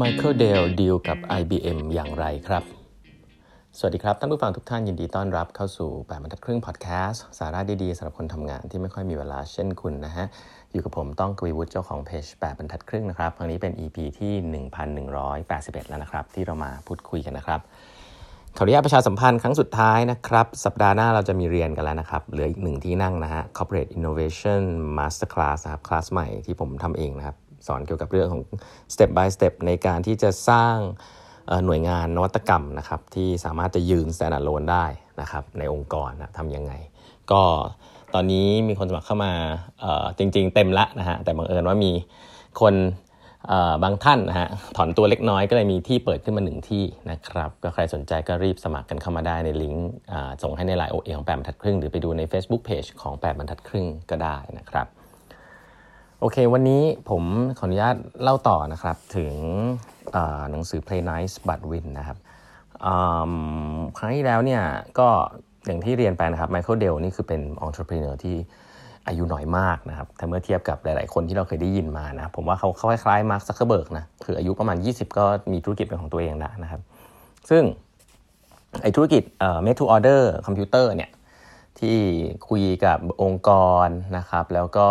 Michael Dell ดีลกับ IBM อย่างไรครับสวัสดีครับท่านผู้ฟังทุกท่านยินดีต้อนรับเข้าสู่8 บรรทัดครึ่งพอดแคสต์สาระดีๆสำหรับคนทำงานที่ไม่ค่อยมีเวลาเช่นคุณนะฮะอยู่กับผมต้องกวีวุฒิเจ้าของเพจ8 บรรทัดครึ่งนะครับครั้งนี้เป็น EP ที่ 1181 แล้วนะครับที่เรามาพูดคุยกันนะครับขออนุญาตประชาสัมพันธ์ครั้งสุดท้ายนะครับสัปดาห์หน้าเราจะมีเรียนกันแล้วนะครับเหลืออีก1ที่นั่งนะฮะ Corporate Innovation Masterclass นะครับคลาสใหม่ที่ผมทำเองนะครับสอนเกี่ยวกับเรื่องของ step by step ในการที่จะสร้างหน่วยงานนวัตกรรมนะครับที่สามารถจะยืน stand alone ได้นะครับในองค์กรนะทำยังไงก็ตอนนี้มีคนสมัครเข้ามาจริงๆเต็มละนะฮะแต่บังเอิญว่ามีคนบางท่านนะฮะถอนตัวเล็กน้อยก็เลยมีที่เปิดขึ้นมา1ที่นะครับก็ใครสนใจก็รีบสมัครกันเข้ามาได้ในลิงก์ส่งให้ใน LINE OA ของ8 บรรทัดครึ่งหรือไปดูใน Facebook Page ของ8 บรรทัดครึ่งก็ได้นะครับโอเควันนี้ผมขออนุญาตเล่าต่อนะครับถึงหนังสือ Play Nice But Win นะครับครั้งที่แล้วเนี่ยก็อย่างที่เรียนไปนะครับ Michael Dell นี่คือเป็น entrepreneur ที่อายุน้อยมากนะครับถ้าเมื่อเทียบกับหลายๆคนที่เราเคยได้ยินมานะผมว่าเขาคล้ายๆ Mark Zuckerberg นะคืออายุประมาณ20ก็มีธุรกิจเป็นของตัวเองแล้วนะครับซึ่งไอ้ธุรกิจmade to order คอมพิวเตอร์เนี่ยที่คุยกับองค์กรนะครับแล้วก็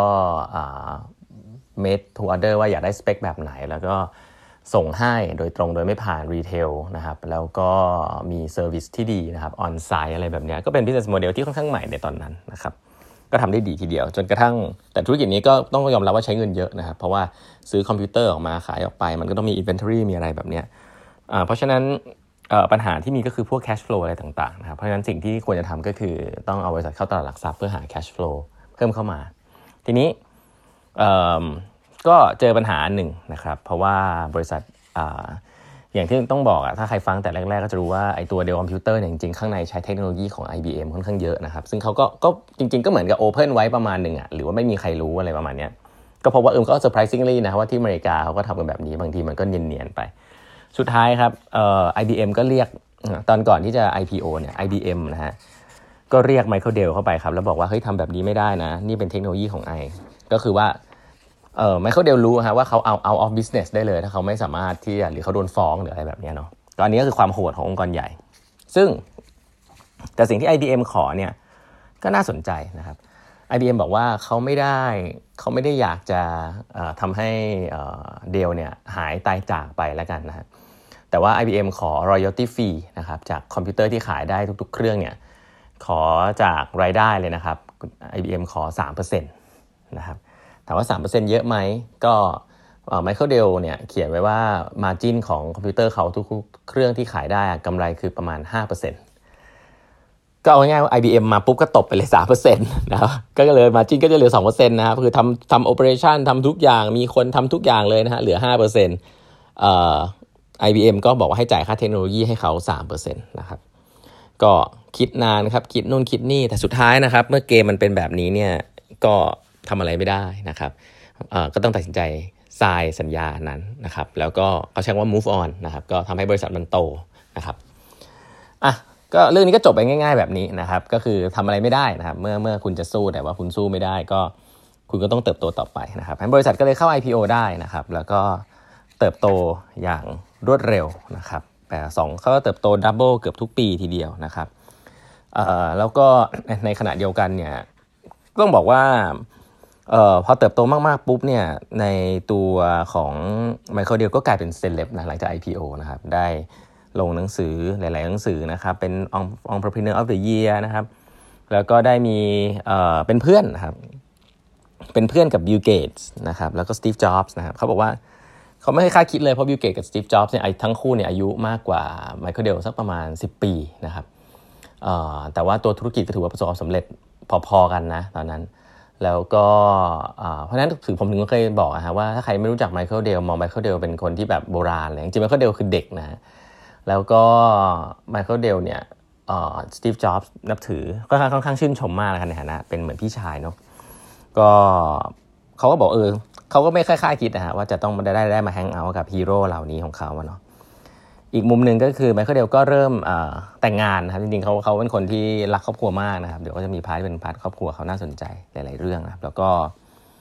made to order ว่าอยากได้สเปคแบบไหนแล้วก็ส่งให้โดยตรงโดยไม่ผ่านรีเทลนะครับแล้วก็มีเซอร์วิสที่ดีนะครับออนไซต์อะไรแบบนี้ก็เป็น business model ที่ค่อนข้างใหม่ในตอนนั้นนะครับก็ทำได้ดีทีเดียวจนกระทั่งแต่ธุรกิจนี้ก็ต้องยอมรับว่าใช้เงินเยอะนะครับเพราะว่าซื้อคอมพิวเตอร์ออกมาขายออกไปมันก็ต้องมี inventory มีอะไรแบบนี้เพราะฉะนั้นปัญหาที่มีก็คือพวก cash flow อะไรต่างๆนะครับเพราะฉะนั้นสิ่งที่ควรจะทำก็คือต้องเอาบริษัทเข้าตลาดหลักทรัพย์เพื่อหา cash flow เพิ่มเข้ามาทีนี้ก็เจอปัญหาหนึ่งนะครับเพราะว่าบริษัทอย่างที่ต้องบอกถ้าใครฟังแต่แรกๆก็จะรู้ว่าไอ้ตัว Dell คอมพิวเตอร์เนี่ยจริงๆข้างในใช้เทคโนโลยีของ IBM ค่อนข้างเยอะนะครับซึ่งเขาก็จริงๆก็เหมือนกับ Open ไว้ประมาณหนึ่งหรือว่าไม่มีใครรู้อะไรประมาณนี้ก็เพราะว่าก็ surprisingly นะว่าที่อเมริกาเขาก็ทำกันแบบนี้บางทีมันก็เนียนๆไปสุดท้ายครับIBM ก็เรียกตอนก่อนที่จะ IPO เนี่ย IBM นะฮะก็เรียก Michael Dell เข้าไปครับแล้วบอกว่าเฮ้ยทำแบบนี้ไม่ได้นะนี่เป็นเทคโนโลยีของก็คือว่าMichael Dell รู้ว่าเขาเอา out of business ได้เลยถ้าเขาไม่สามารถที่หรือเขาโดนฟ้องหรืออะไรแบบนี้เนาะก็อันนี้ก็คือความโหดขององค์กรใหญ่ซึ่งแต่สิ่งที่ IBM ขอเนี่ยก็น่าสนใจนะครับ IBM บอกว่าเขาไม่ได้อยากจะทำให้Dell เนี่ยหายตายจากไปแล้วกันนะฮะแต่ว่า IBM ขอ royalty fee นะครับจากคอมพิวเตอร์ที่ขายได้ทุกๆเครื่องเนี่ยขอจากรายได้เลยนะครับ IBM ขอ 3% นะครับถามว่า 3% เยอะไหมก็Michael Dell เนี่ยเขียนไว้ว่า margin ของคอมพิวเตอร์เขาทุกเครื่องที่ขายได้กำไรคือประมาณ 5% ก็เอาง่ายๆว่า IBM มาปุ๊บก็ตบไปเลย 3% นะครับก็เลย margin ก็จะเหลือ 2% นะครับคือทำ operation ทำทุกอย่างมีคนทำทุกอย่างเลยนะฮะเหลือ 5% IBM ก็บอกว่าให้จ่ายค่าเทคโนโลยีให้เขา 3% นะครับก็คิดนานครับคิดนู่นคิดนี่แต่สุดท้ายนะครับเมื่อเกมมันเป็นแบบนี้เนี่ยก็ทำอะไรไม่ได้นะครับก็ต้องตัดสินใจทรายสัญญานั้นนะครับแล้วก็เขาใช้คำว่า move on นะครับก็ทำให้บริษัทมันโตนะครับก็เรื่องนี้ก็จบไปง่ายๆแบบนี้นะครับก็คือทำอะไรไม่ได้นะครับเมื่อคุณจะสู้แต่ว่าคุณสู้ไม่ได้ก็คุณก็ต้องเติบโตต่อไปนะครับบริษัทก็เลยเข้า IPO ได้นะครับแล้วก็เติบโตอย่างรวดเร็วนะครับแต่เขาก็เติบโตดับเบิลเกือบทุกปีทีเดียวนะครับแล้วก็ในขณะเดียวกันเนี่ยต้องบอกว่าพอเติบโตมากๆปุ๊บเนี่ยในตัวของ Michael Dell ก็กลายเป็นเซเลบนะหลังจาก IPO นะครับได้ลงหนังสือหลายๆหนังสือนะครับเป็น Entrepreneur of the Year นะครับแล้วก็ได้มีเป็นเพื่อนนะครับเป็นเพื่อนกับ Bill Gates นะครับแล้วก็ Steve Jobs นะครับเขาบอกว่าเขาไม่เคยคาดคิดเลยเพราะ Bill Gates กับ Steve Jobs เนี่ยทั้งคู่เนี่ยอายุมากกว่า Michael Dell สักประมาณ10 ปีนะครับแต่ว่าตัวธุรกิจก็ถือว่าประสบความสำเร็จพอๆกันนะตอนนั้นแล้วก็เพราะฉะนั้นผมถึงเคยบอกว่าถ้าใครไม่รู้จัก Michael Dell มอง Michael Dell เป็นคนที่แบบโบราณเลยจริงๆ Michael Dell คือเด็กนะแล้วก็ Michael Dell เนี่ยSteve Jobs นับถือก็ค่อนข้างชื่นชมมากในฐานะเป็นเหมือนพี่ชายเนาะก็เขาก็บอกเขาก็ไม่คล้ายๆคิดว่าจะต้องได้มาแฮงเอาท์กับฮีโร่เหล่านี้ของเขาเนาะอีกมุมหนึ่งก็คือ Michael Dell ก็เริ่มแต่งงานนะครับจริงๆเขาเป็นคนที่รักครอบครัวมากนะครับเดี๋ยวก็จะมีพาร์ทเป็นพาร์ทครอบครัวเขาน่าสนใจหลายๆเรื่องนะครับแล้วก็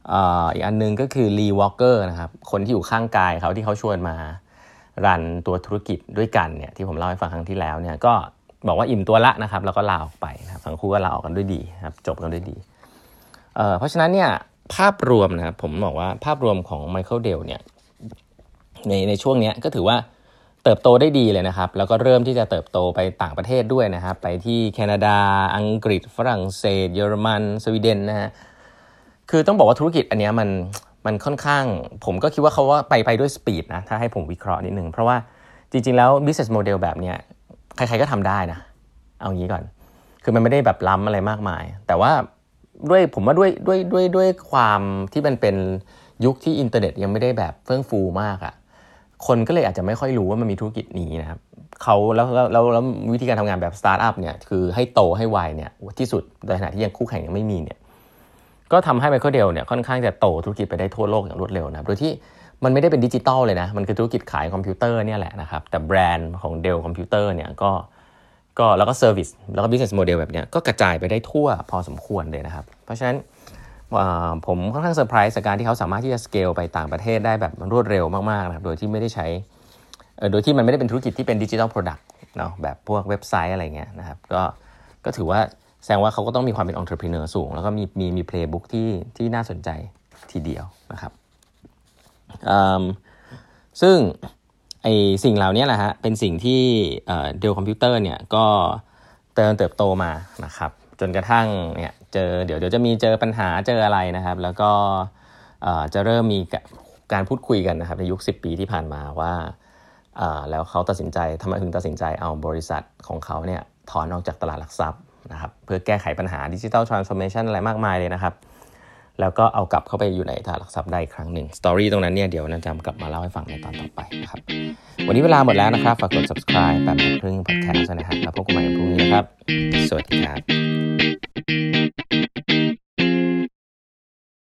อีกอันนึงก็คือลีวอลเกอร์นะครับคนที่อยู่ข้างกายเขาที่เขาชวนมารันตัวธุรกิจด้วยกันเนี่ยที่ผมเล่าให้ฟังครั้งที่แล้วเนี่ยก็บอกว่าอิ่มตัวละนะครับแล้วก็ลาออกไปนะครับทั้งคู่ก็ลาออกกันด้วยดีนะครับจบกันด้วยดีเพราะฉะนั้นเนี่ยภาพรวมนะครับผมบอกว่าภาพรวมของไมเคิลเดลเนี่ยในช่วงนี้ก็ถือว่าเติบโตได้ดีเลยนะครับแล้วก็เริ่มที่จะเติบโตไปต่างประเทศด้วยนะครับไปที่แคนาดาอังกฤษฝรั่งเศสเยอรมันสวีเดนนะฮะคือต้องบอกว่าธุรกิจอันนี้มันค่อนข้างผมก็คิดว่าเขาว่าไปด้วยสปีดนะถ้าให้ผมวิเคราะห์นิดนึงเพราะว่าจริงๆแล้ว business model แบบเนี้ยใครๆก็ทำได้นะเอางี้ก่อนคือมันไม่ได้แบบล้ำอะไรมากมายแต่ว่าผมว่าด้วยความที่มันเป็นยุคที่อินเทอร์เน็ตยังไม่ได้แบบเฟื่องฟูมากอ่ะคนก็เลยอาจจะไม่ค่อยรู้ว่ามันมีธุรกิจนี้นะครับเขาแล้ววิธีการทำงานแบบสตาร์ทอัพเนี่ยคือให้โตให้ไวเนี่ยที่สุดในขณะที่ยังคู่แข่งยังไม่มีเนี่ยก็ทำให้ไมเคิลเดลเนี่ยค่อนข้างจะโตธุรกิจไปได้ทั่วโลกอย่างรวดเร็วนะโดยที่มันไม่ได้เป็นดิจิตอลเลยนะมันคือธุรกิจขายคอมพิวเตอร์เนี่ยแหละนะครับแต่แบรนด์ของ Dell คอมพิวเตอร์เนี่ยก็แล้วก็เซอร์วิสแล้วก็ business model แบบเนี้ยก็กระจายไปได้ทั่วพอสมควรเลยนะครับเพราะฉะนั้นผมค่อนข้างเซอร์ไพรส์กับการที่เขาสามารถที่จะสเกลไปต่างประเทศได้แบบรวดเร็วมากๆนะครับโดยที่ไม่ได้ใช้โดยที่มันไม่ได้เป็นธุรกิจที่เป็นดิจิทัลโปรดักต์เนาะแบบพวกเว็บไซต์อะไรเงี้ยนะครับก็ถือว่าแสดงว่าเขาก็ต้องมีความเป็น entrepreneur สูงแล้วก็มี playbook ที่น่าสนใจทีเดียวนะครับซึ่งไอสิ่งเหล่านี้แหละฮะเป็นสิ่งที่Dell Computer เนี่ยก็เติบโตมานะครับจนกระทั่งเนี่ยเดี๋ยวจะมีเจอปัญหาเจออะไรนะครับแล้วก็จะเริ่มมีการพูดคุยกันนะครับในยุค10 ปีที่ผ่านมาว่าแล้วเขาตัดสินใจทำไมถึงตัดสินใจเอาบริษัทของเขาเนี่ยถอนออกจากตลาดหลักทรัพย์นะครับเพื่อแก้ไขปัญหา Digital Transformation อะไรมากมายเลยนะครับแล้วก็เอากลับเข้าไปอยู่ในตลาดหลักทรัพย์ได้อีกครั้งหนึ่งสตอรี่ตรงนั้นเนี่ยเดี๋ยวนันจะกลับมาเล่าให้ฟังในตอนต่อไปนะครับวันนี้เวลาหมดแล้วนะครับฝากกด subscribe แบบครึ่ง podcast นะฮะแล้วพบกันใหม่พรุ่งนี้นะครับสวัสดีครับ